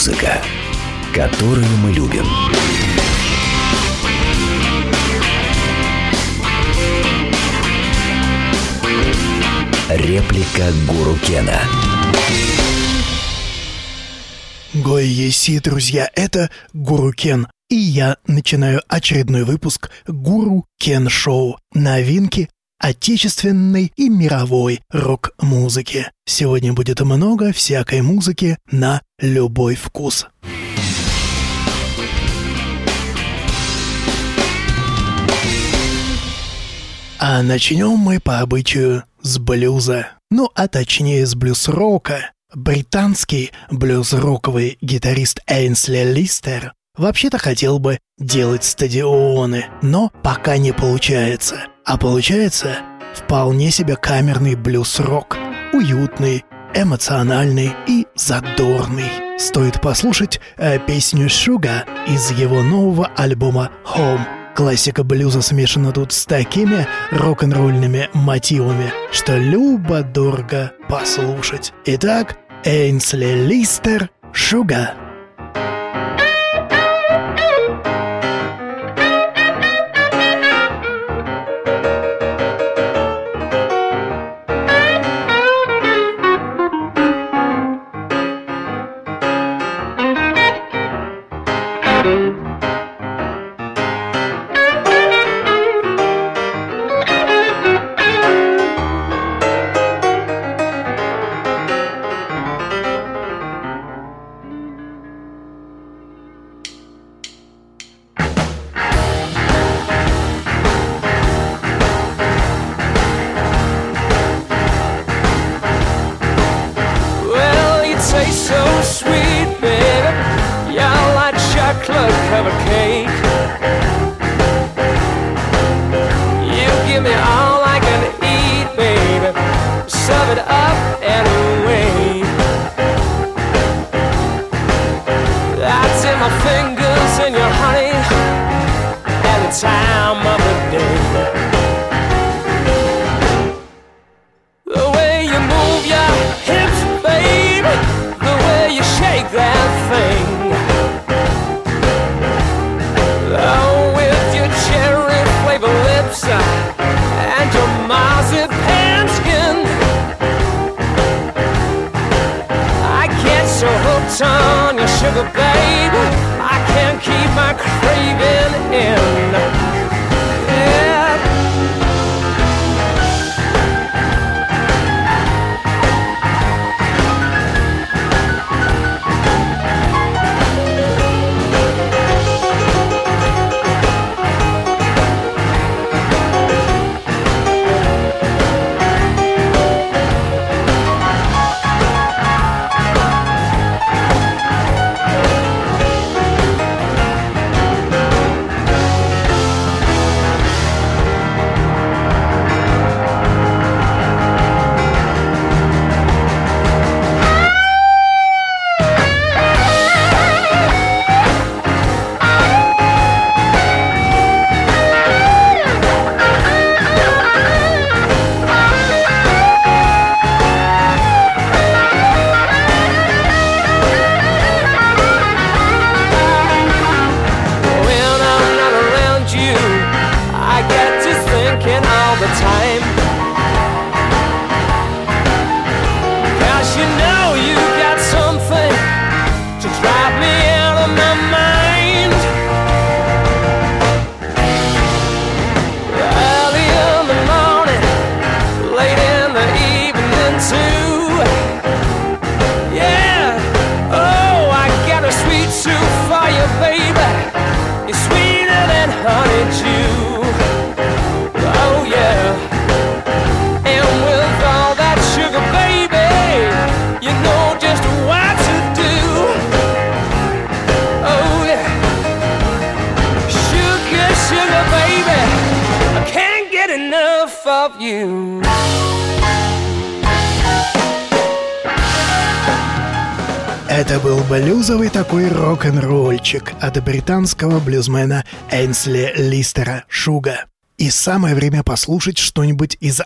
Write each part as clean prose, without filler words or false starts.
музыка, которую мы любим. Реплика Гуру Кена. Гой еси, друзья, это Гуру Кен. И я начинаю очередной выпуск Гуру Кен Шоу. Новинки отечественной и мировой рок-музыки. Сегодня будет много всякой музыки на любой вкус. А начнем мы по обычаю с блюза. Ну, а точнее с блюз-рока. Британский блюз-роковый гитарист Эйнсли Листер вообще-то хотел бы делать стадионы, но пока не получается. А получается вполне себе камерный блюз-рок. Уютный, эмоциональный и задорный. Стоит послушать песню «Sugar» из его нового альбома «Home». Классика блюза смешана тут с такими рок-н-ролльными мотивами, что любо-дорого послушать. Итак, Эйнсли Листер «Sugar». Это был блюзовый такой рок-н-ролльчик от британского блюзмена Эйнсли Листера «Sugar». И самое время послушать что-нибудь из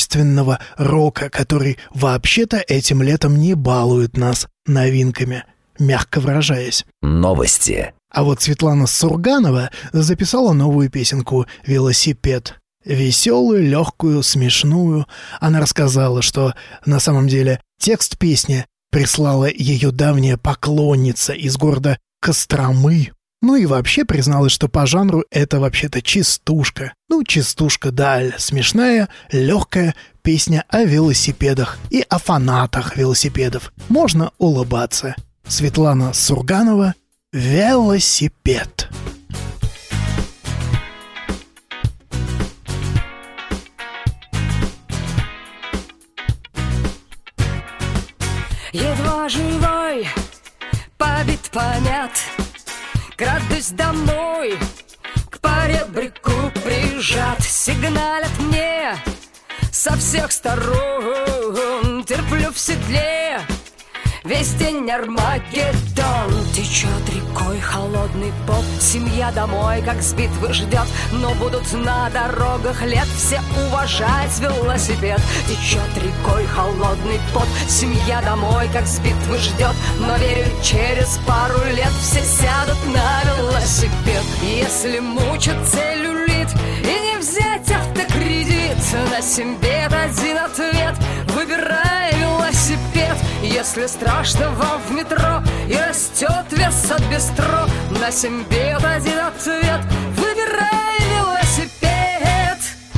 отечественного рока, который вообще-то этим летом не балует нас новинками. мягко выражаясь. Новости. А вот Светлана Сурганова записала новую песенку «Велосипед». Веселую, легкую, смешную. Она рассказала, что на самом деле текст песни прислала ее давняя поклонница из города Костромы. Ну и вообще призналась, что по жанру это вообще-то частушка. Ну, частушка, да, смешная, легкая песня о велосипедах и о фанатах велосипедов. Можно улыбаться. Светлана Сурганова «Велосипед». Едва живой, побит, помят, крадусь домой, к поребрику прижат. Сигналят мне со всех сторон, терплю в седле весь день Армагеддон. Течет рекой холодный пот, семья домой, как с битвы ждет. Но будут на дорогах лет все уважать велосипед. Течет рекой холодный пот, семья домой, как с битвы ждет. Но верю, через пару лет все сядут на велосипед. Если мучит цель улит и не взять автокредит, на 7 бед один ответ: выбирай велосипед. Если страшно вам в метро и растет вес от бистро, на 7 бед один ответ: выбирай велосипед.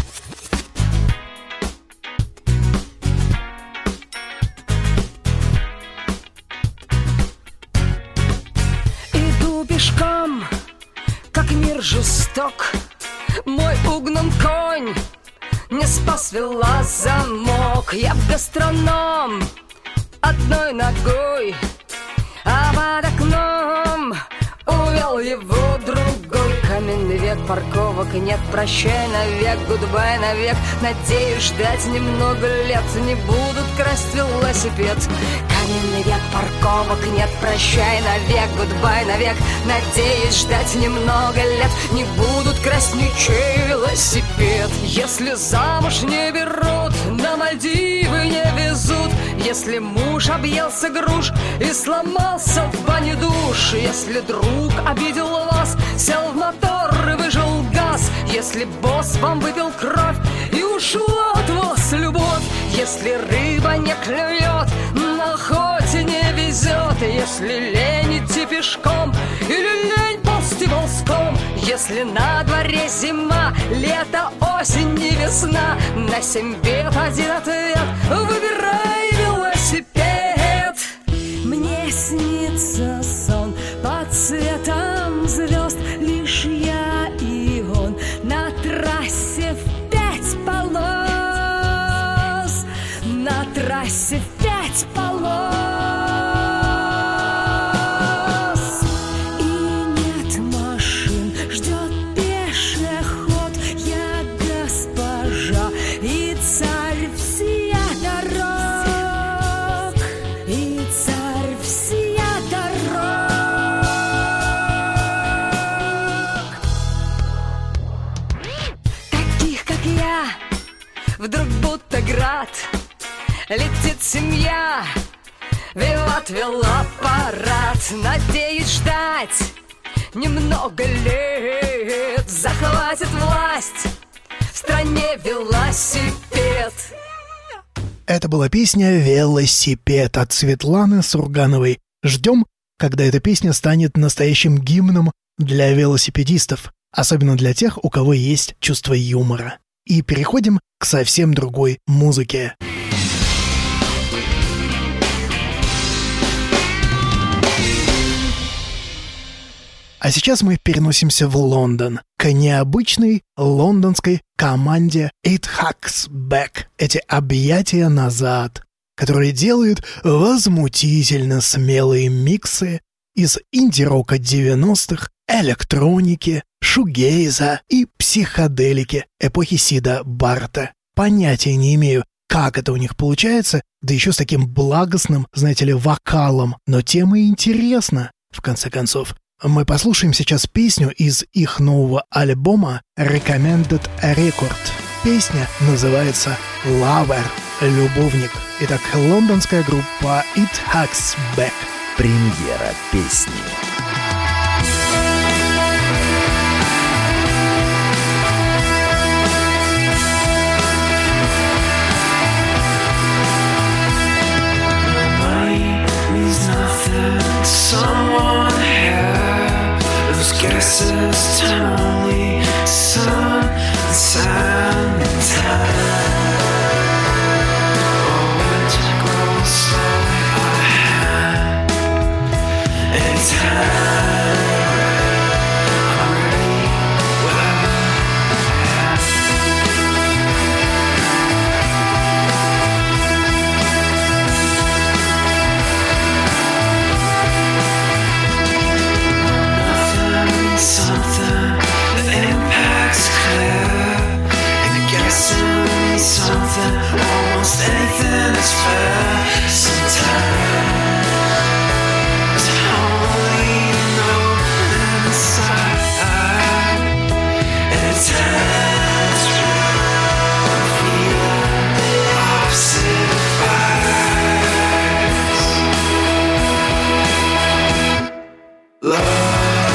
Иду пешком, как мир жесток, мой угнан конь не спас велозамок. Я в гастроном одной ногой, а под окном увел его другой. Каменный век, парковок нет, прощай навек, гудбай навек. Надеюсь, ждать немного лет, не будут красть велосипед. Каменный век, парковок нет, прощай навек, гудбай навек. Надеюсь, ждать немного лет, не будут красть ничей велосипед. Если замуж не берут, на Мальдивы не везут, если муж объелся груш и сломался в бане душ, если друг обидел вас, сел в мотор и выжил газ, если босс вам выпил кровь и ушла от вас любовь, если рыба не клюет, на охоте не везет, если лень идти пешком или лень ползти ползком, если на дворе зима, лето, осень и весна, на 7 бед один ответ: выбирай велосипед. Мне снится сон под цветом звезд, лишь я и он на трассе в 5 полос, на трассе в 5 полос. И нет машин, ждет пешеход, я госпожа и царь всея дорог, и царь всея дорог. Таких, как я, вдруг будто град, летит семья, виват велопарад. Надеюсь, ждать немного лет, захватит власть в стране велосипед. Это была песня «Велосипед» от Светланы Сургановой. Ждем, когда эта песня станет настоящим гимном для велосипедистов, особенно для тех, у кого есть чувство юмора. И переходим к совсем другой музыке. А сейчас мы переносимся в Лондон, к необычной лондонской команде It Hacks Back, эти объятия назад, которые делают возмутительно смелые миксы из инди-рока 90-х, электроники, шугейза и психоделики эпохи Сида Барретта. Понятия не имею, как это у них получается, да еще с таким благостным, знаете ли, вокалом, но тема интересна, в конце концов. Мы послушаем сейчас песню из их нового альбома Recommended Record. Песня называется «Lover» — «Любовник». Итак, лондонская группа It Hacks Back. Премьера песни. Someone here, those guesses turn only sun and sand and time. Oh, winter grows slowly by hand. Anytime I'm ready, wherever I am. Something, the impact's clear. And I guess it means something. Almost anything is fair. Sometimes I only know inside. And at times I feel opposite vibes. Love.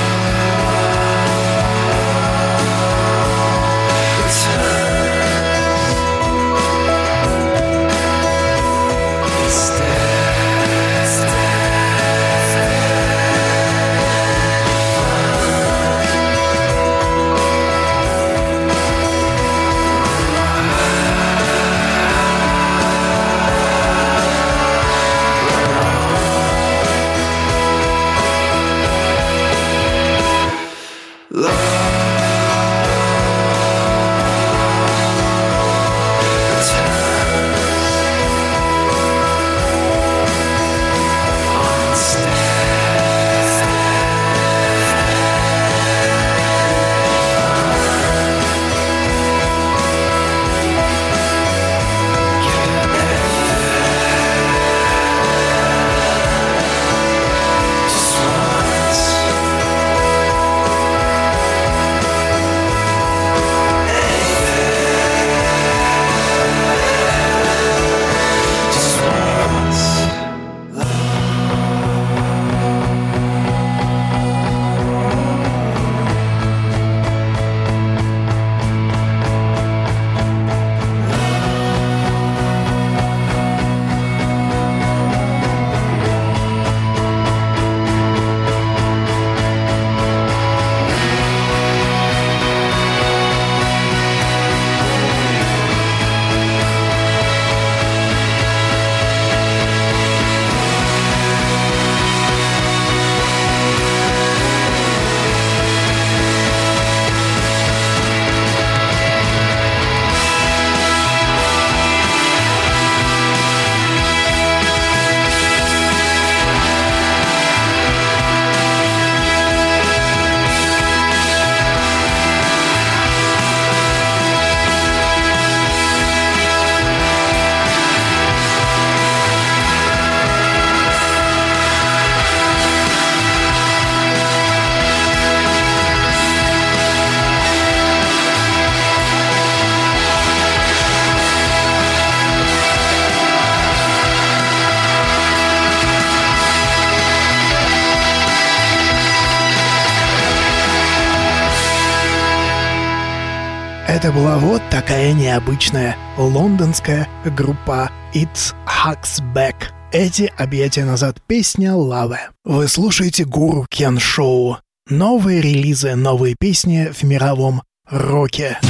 Это была вот такая необычная лондонская группа It Hucks Back. Эти объятия назад песня Love. Вы слушаете Гуру Кен Шоу. Новые релизы, новые песни в мировом роке.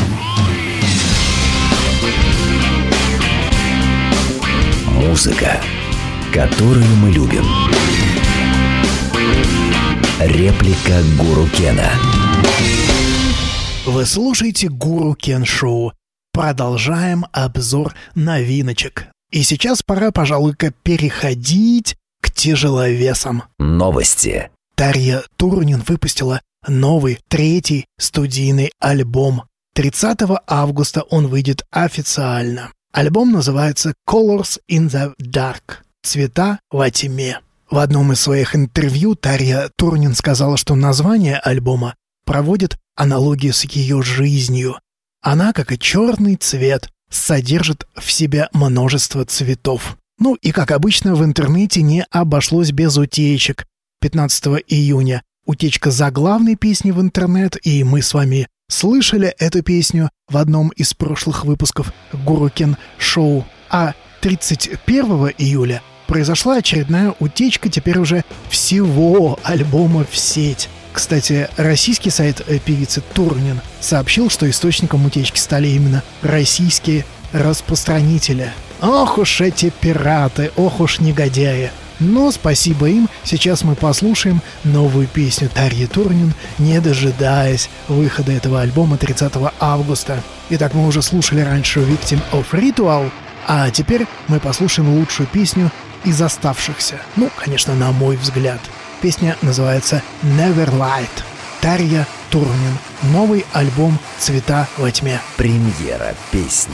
Музыка, которую мы любим. Реплика Гуру Кена. Вы слушаете Гуру Кен Шоу. Продолжаем обзор новиночек. И сейчас пора, пожалуй-ка, переходить к тяжеловесам. Новости. Тарья Турунен выпустила новый, третий студийный альбом. 30 августа он выйдет официально. Альбом называется «Colors in the Dark» — «Цвета во тьме». В одном из своих интервью Тарья Турунен сказала, что название альбома проводит аналогию с ее жизнью. Она, как и черный цвет, содержит в себе множество цветов. Ну и, как обычно, в интернете не обошлось без утечек. 15 июня утечка заглавной песни в интернет, и мы с вами слышали эту песню в одном из прошлых выпусков Гурукен Шоу. А 31 июля произошла очередная утечка теперь уже всего альбома в сеть. Кстати, российский сайт певицы Турунин сообщил, что источником утечки стали именно российские распространители. Ох уж эти пираты, ох уж негодяи. Но спасибо им, сейчас мы послушаем новую песню Тарьи Турунин, не дожидаясь выхода этого альбома 30 августа. Итак, мы уже слушали раньше Victim of Ritual, а теперь мы послушаем лучшую песню из оставшихся. Ну, конечно, на мой взгляд. Песня называется Never Light. Тарья Турунин. Новый альбом «Цвета во тьме». Премьера песни.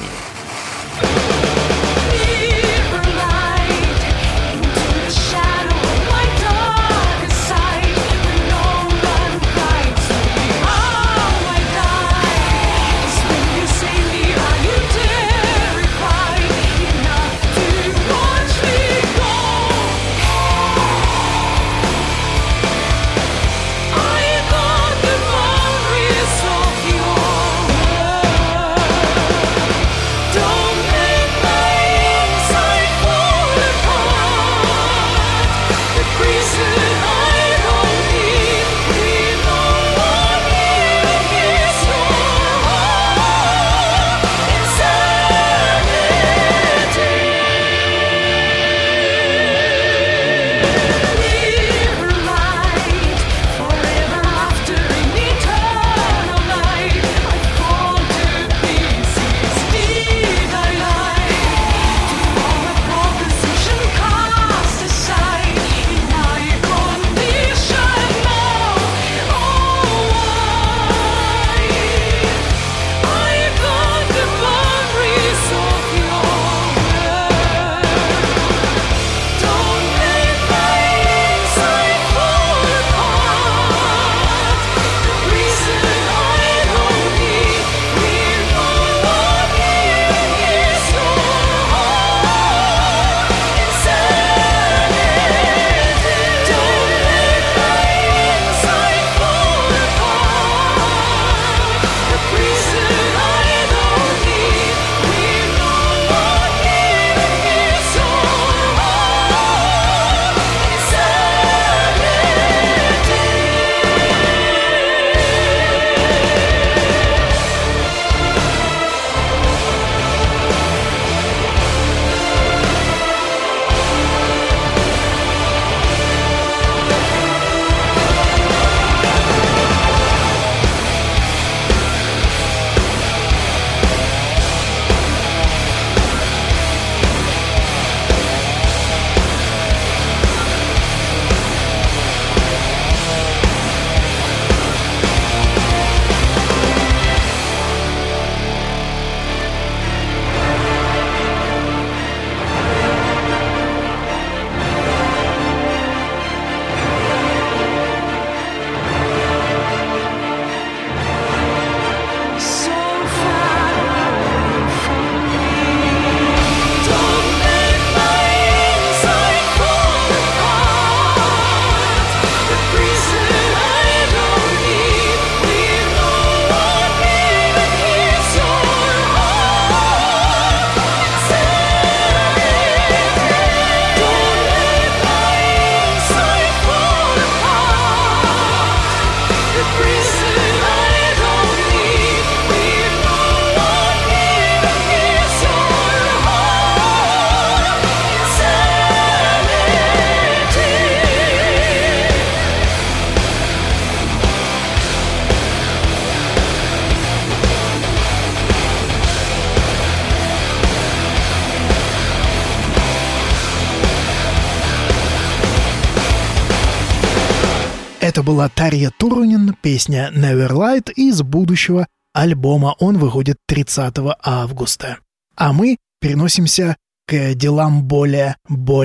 Это была Тарья Турунин, песня Never Light из будущего альбома. Он выходит 30 августа. А мы переносимся к делам более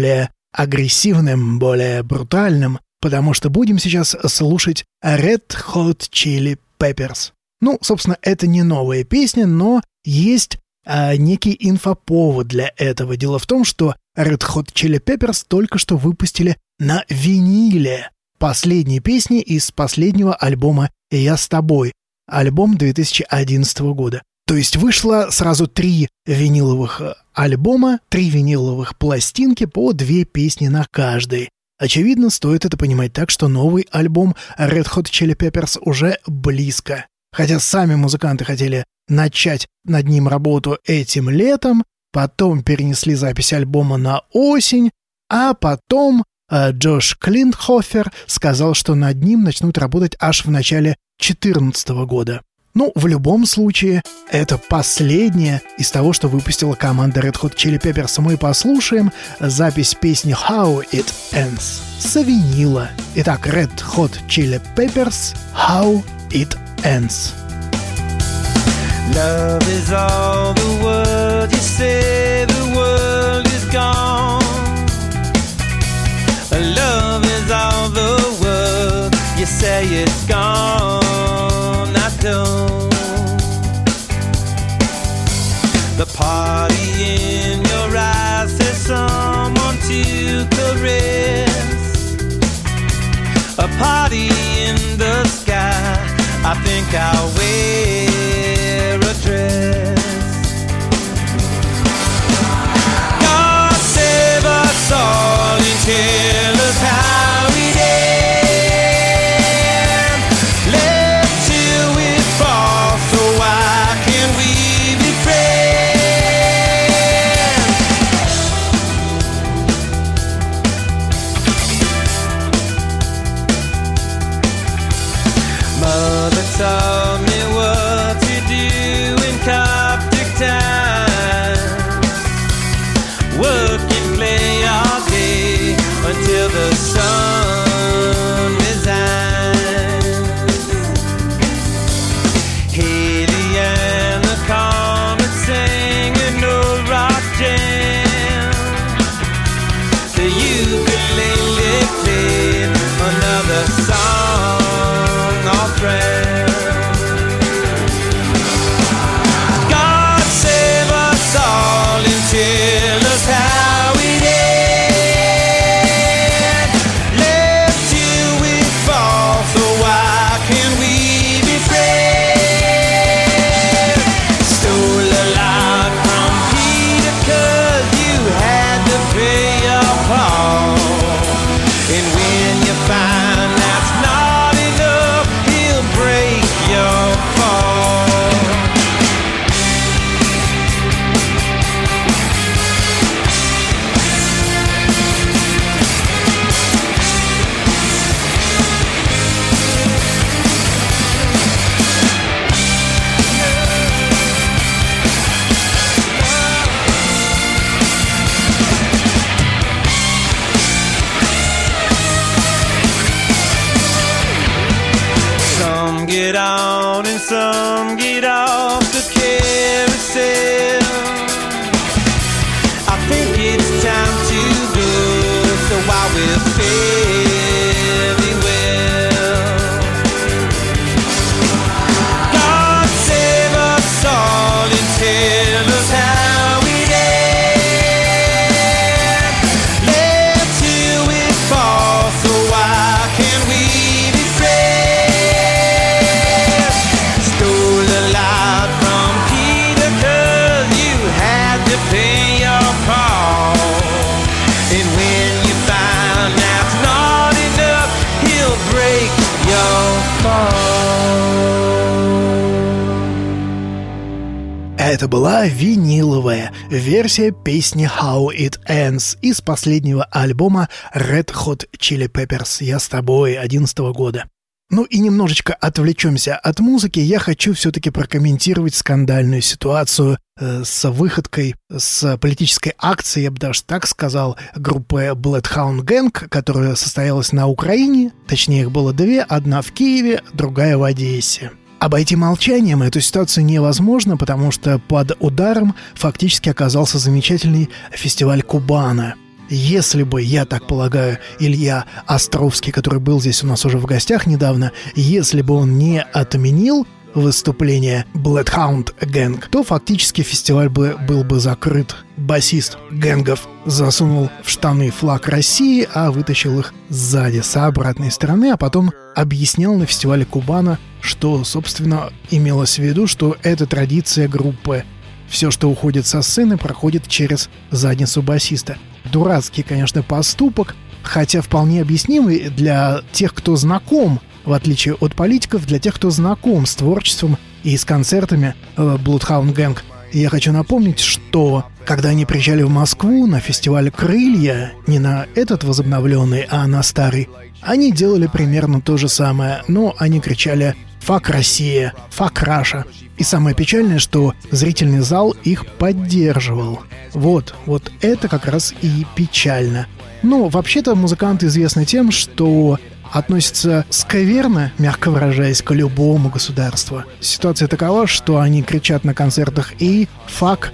агрессивным, более брутальным, потому что будем сейчас слушать Red Hot Chili Peppers. Ну, собственно, это не новая песня, но есть некий инфоповод для этого. Дело в том, что Red Hot Chili Peppers только что выпустили на виниле последние песни из последнего альбома «Я с тобой», альбом 2011 года. То есть вышло сразу 3 виниловых альбома, 3 виниловых пластинки по 2 песни на каждой. Очевидно, стоит это понимать так, что новый альбом Red Hot Chili Peppers уже близко. Хотя сами музыканты хотели начать над ним работу этим летом, потом перенесли запись альбома на осень, а потом Джош Клинтхофер сказал, что над ним начнут работать аж в начале 2014 года. Ну, в любом случае, это последнее из того, что выпустила команда Red Hot Chili Peppers. Мы послушаем запись песни How It Ends с винила. Итак, Red Hot Chili Peppers, How It Ends. Love is all the world, you say the world is gone. Love is all the world, you say it's gone. I don't. The party in your eyes says someone to caress. A party in the sky, I think I'll wear a dress. God save us all and tell us how it ends. Let till we fall, so why can't we be friends? Mother told me what to do in Coptic times. Work and play all day until the sun resigns. Haley and the Comets sang an old rock jam. The ukulele played another song off brand. God save us all and tell us how it ends. Let till we fall, so why can't we be friends? Stole a lot from Peter 'cause you had to pay your Paul. And when you find that's not enough, he'll break your fall. Some get on and some get off the carousel. I think it's time to go, so I will very well. God save us all and tell us how it ends. Let till we fall, so why can't we be friends? Stole a lot from Peter 'cause you had to pay your Paul. And when you find that's not enough, he'll break your fall. Это была виниловая версия песни How It Ends из последнего альбома Red Hot Chili Peppers «Я с тобой» 2011 года. Ну и немножечко отвлечемся от музыки. Я хочу все-таки прокомментировать скандальную ситуацию с выходкой, с политической акцией, я бы даже так сказал, группы Bloodhound Gang, которая состоялась на Украине. Точнее, их было 2, одна в Киеве, другая в Одессе. Обойти молчанием эту ситуацию невозможно, потому что под ударом фактически оказался замечательный фестиваль Кубана. Если бы, я так полагаю, Илья Островский, который был здесь у нас уже в гостях недавно, если бы он не отменил выступление Bloodhound Gang, то фактически фестиваль был бы закрыт. Басист гэнгов засунул в штаны флаг России, а вытащил их сзади, с обратной стороны, а потом объяснял на фестивале Кубана, что, собственно, имелось в виду, что это традиция группы. Все, что уходит со сцены, проходит через задницу басиста. Дурацкий, конечно, поступок, хотя вполне объяснимый для тех, кто знаком, в отличие от политиков, для тех, кто знаком с творчеством и с концертами Bloodhound Gang. И я хочу напомнить, что когда они приезжали в Москву на фестиваль «Крылья», не на этот возобновленный, а на старый, они делали примерно то же самое, но они кричали «Фак Россия», «Фак Раша». И самое печальное, что зрительный зал их поддерживал. Вот это как раз и печально. Но вообще-то музыканты известны тем, что относятся скверно, мягко выражаясь, к любому государству. Ситуация такова, что они кричат на концертах и «Fuck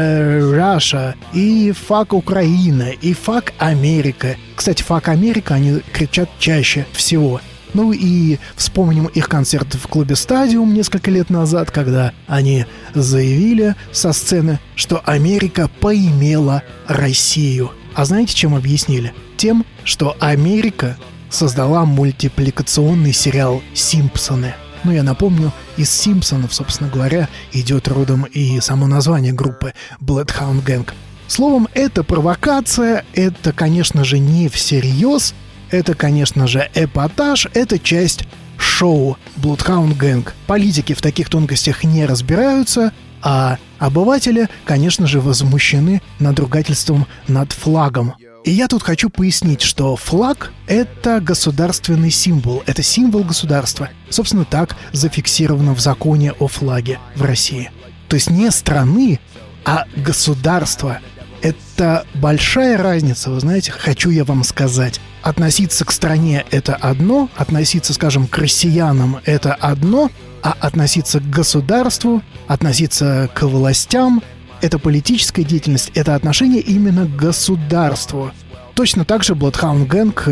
Russia», и «Fuck Украина», и «Fuck Америка». Кстати, «Fuck Америка» они кричат чаще всего. Ну и вспомним их концерт в клубе «Стадиум» несколько лет назад, когда они заявили со сцены, что Америка поимела Россию. А знаете, чем объяснили? Тем, что Америка создала мультипликационный сериал «Симпсоны». Ну, я напомню, из «Симпсонов», собственно говоря, идет родом и само название группы Bloodhound Gang. Словом, это провокация, это, конечно же, не всерьез, это, конечно же, эпатаж, это часть шоу Bloodhound Gang. Политики в таких тонкостях не разбираются, а обыватели, конечно же, возмущены надругательством над флагом. И я тут хочу пояснить, что флаг — это государственный символ, это символ государства. Собственно, так зафиксировано в законе о флаге в России. То есть не страны, а государства. Это большая разница, вы знаете, хочу я вам сказать. Относиться к стране — это одно, относиться, скажем, к россиянам — это одно, а относиться к государству, относиться к властям — это политическая деятельность, это отношение именно к государству. Точно так же Bloodhound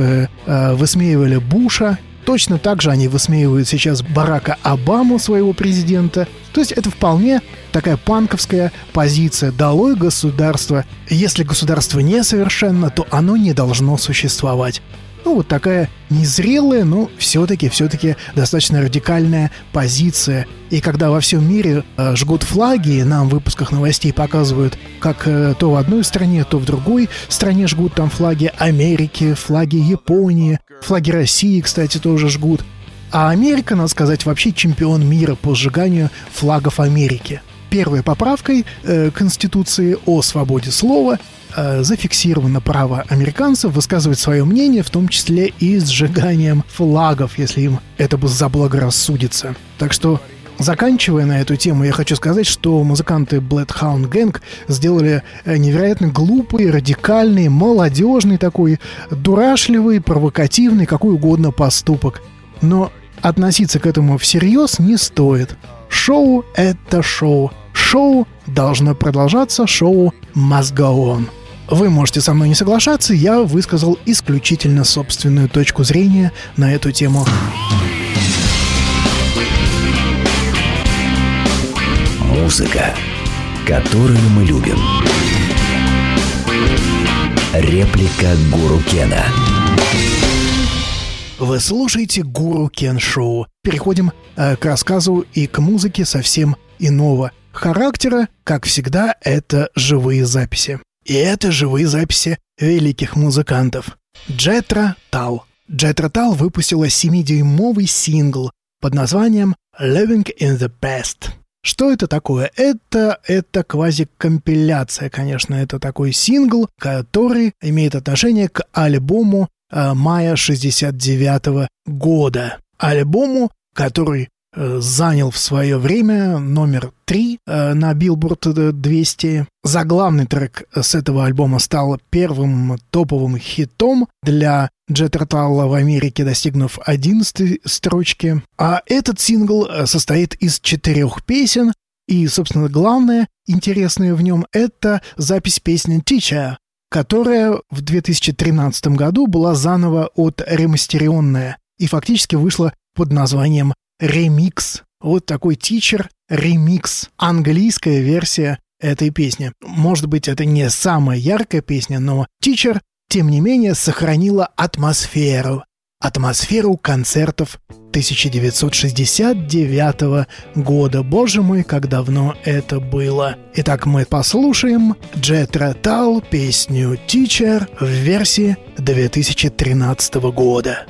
Gang высмеивали Буша, точно так же они высмеивают сейчас Барака Обаму, своего президента. То есть это вполне такая панковская позиция. Долой государство. Если государство несовершенно, то оно не должно существовать. Ну, вот такая незрелая, но все-таки достаточно радикальная позиция. И когда во всем мире жгут флаги, нам в выпусках новостей показывают, как то в одной стране, то в другой стране жгут там флаги Америки, флаги Японии, флаги России, кстати, тоже жгут. А Америка, надо сказать, вообще чемпион мира по сжиганию флагов Америки. Первой поправкой Конституции о свободе слова зафиксировано право американцев высказывать свое мнение, в том числе и сжиганием флагов, если им это бы заблагорассудится. Так что, заканчивая на эту тему, я хочу сказать, что музыканты Bloodhound Gang сделали невероятно глупый, радикальный, молодежный такой, дурашливый, провокативный, какой угодно поступок. Но относиться к этому всерьез не стоит. Шоу — это шоу. Шоу должно продолжаться, шоу must go on. Вы можете со мной не соглашаться, я высказал исключительно собственную точку зрения на эту тему. Музыка, которую мы любим. Реплика Гуру Кена. Вы слушаете Гуру Кен Шоу. Переходим к рассказу и к музыке совсем иного характера. Как всегда, это живые записи. И это живые записи великих музыкантов. Джетро Тал. Джетро Тал выпустила 7-дюймовый сингл под названием «Living in the Past». Что это такое? Это квазикомпиляция, конечно. Это такой сингл, который имеет отношение к альбому мая 69 года. Альбому, который занял в свое время номер 3 на Billboard 200. Заглавный трек с этого альбома стал первым топовым хитом для Джетро Талла в Америке, достигнув 11 строчки. А этот сингл состоит из 4 песен, и, собственно, главное интересное в нем — это запись песни «Teacher», которая в 2013 году была заново отремастеренная и фактически вышла под названием «Ремикс». Вот такой Teacher ремикс, английская версия этой песни. Может быть, это не самая яркая песня, но Teacher, тем не менее, сохранила атмосферу концертов 1969 года. Боже мой, как давно это было. Итак, мы послушаем Джетро Тал песню Teacher в версии 2013 года.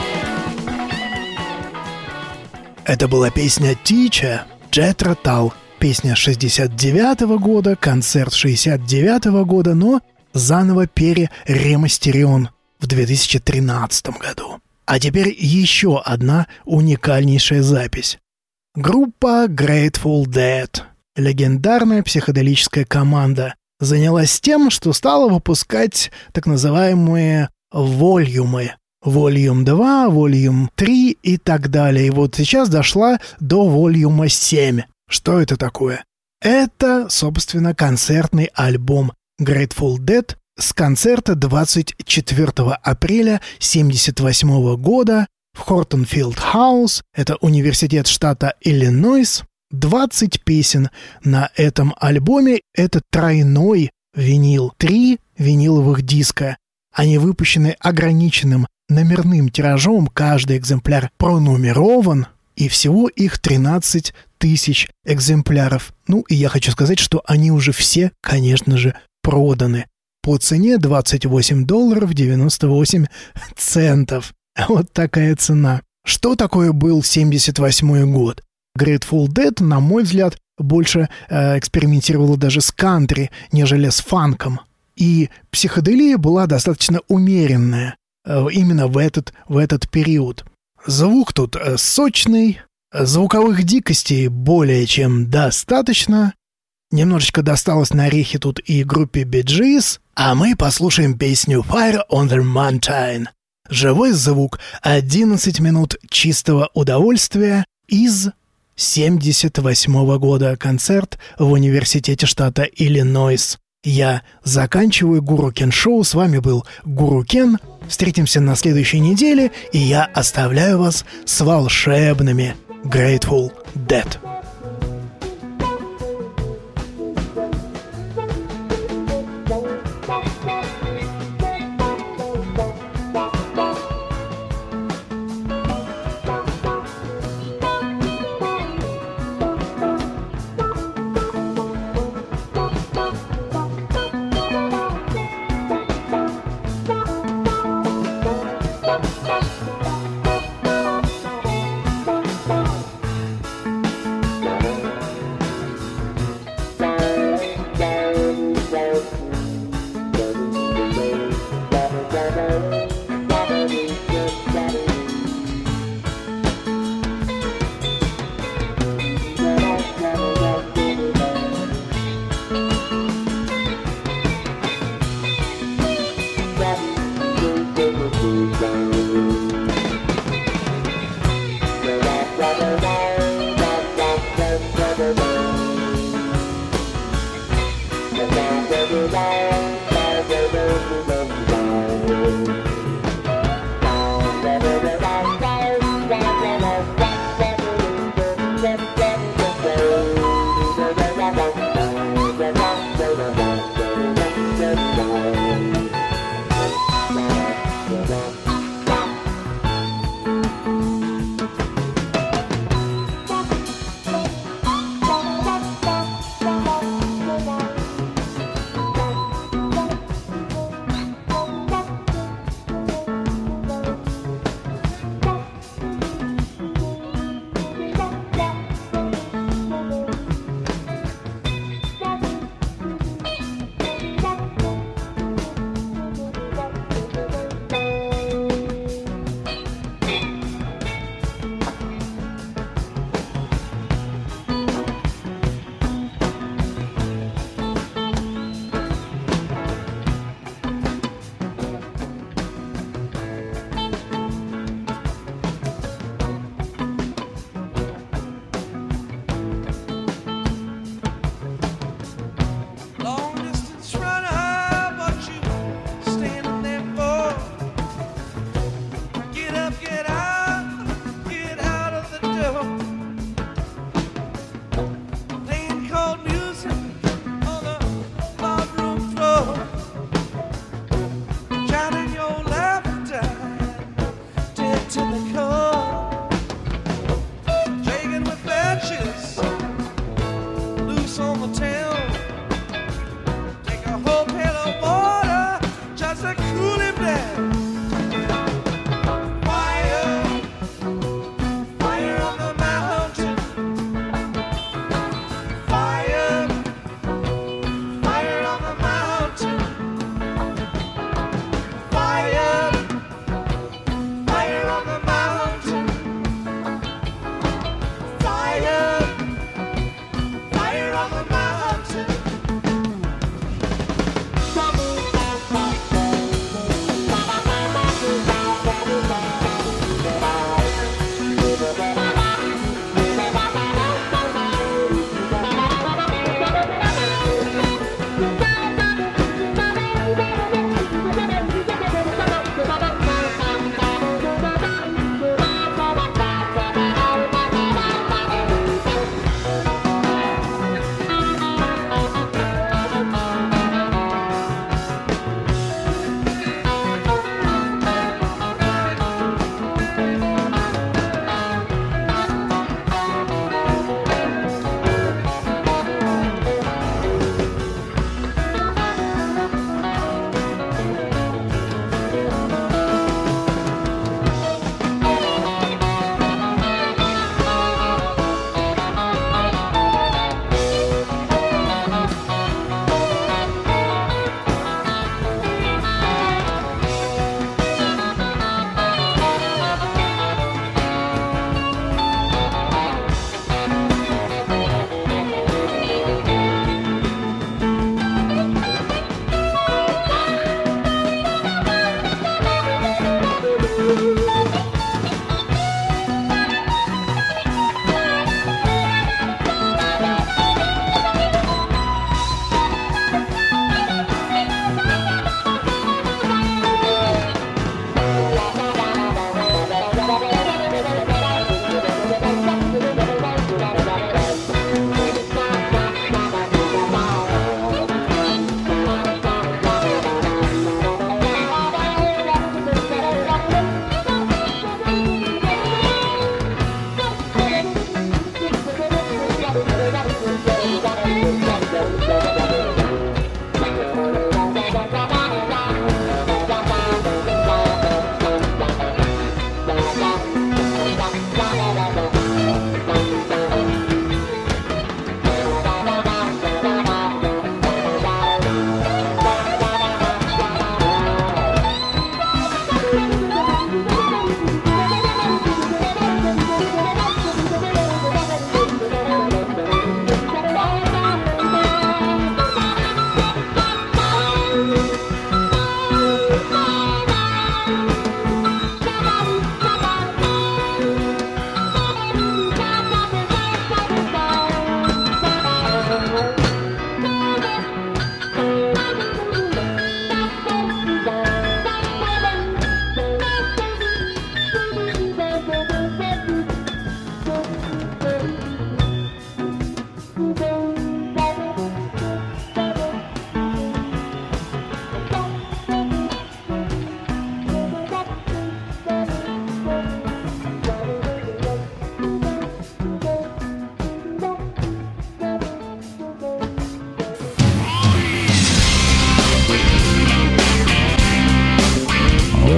Это была песня Teacher Джетро Тал Песня 69-го года, концерт 69-го года, но заново переремастерен в 2013 году. А теперь еще одна уникальнейшая запись. Группа Grateful Dead, легендарная психоделическая команда, занялась тем, что стала выпускать так называемые волюмы. Volume 2, Volume 3 и так далее. И вот сейчас дошла до Volume 7. Что это такое? Это, собственно, концертный альбом Grateful Dead с концерта 24 апреля 1978 года в Хортонфилд Хаус, это университет штата Иллинойс. 20 песен на этом альбоме. Это тройной винил, 3 виниловых диска. Они выпущены ограниченным номерным тиражом, каждый экземпляр пронумерован, и всего их 13 тысяч экземпляров. Ну, и я хочу сказать, что они уже все, конечно же, проданы по цене $28.98. Вот такая цена. Что такое был 78 год? Grateful Dead, на мой взгляд, больше экспериментировала даже с кантри, нежели с фанком. И психоделия была достаточно умеренная именно в этот период. Звук тут сочный, звуковых дикостей более чем достаточно. Немножечко досталось на орехи тут и группе Bee Gees, а мы послушаем песню Fire on the Mountain. Живой звук, 11 минут чистого удовольствия из 1978 года. Концерт в университете штата Иллинойс. Я заканчиваю Гуру Кен Шоу. С вами был Гуру Кен. Встретимся на следующей неделе, и я оставляю вас с волшебными Grateful Dead.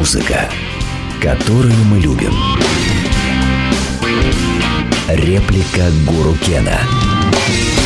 Музыка, которую мы любим. Реплика Гуру Кена.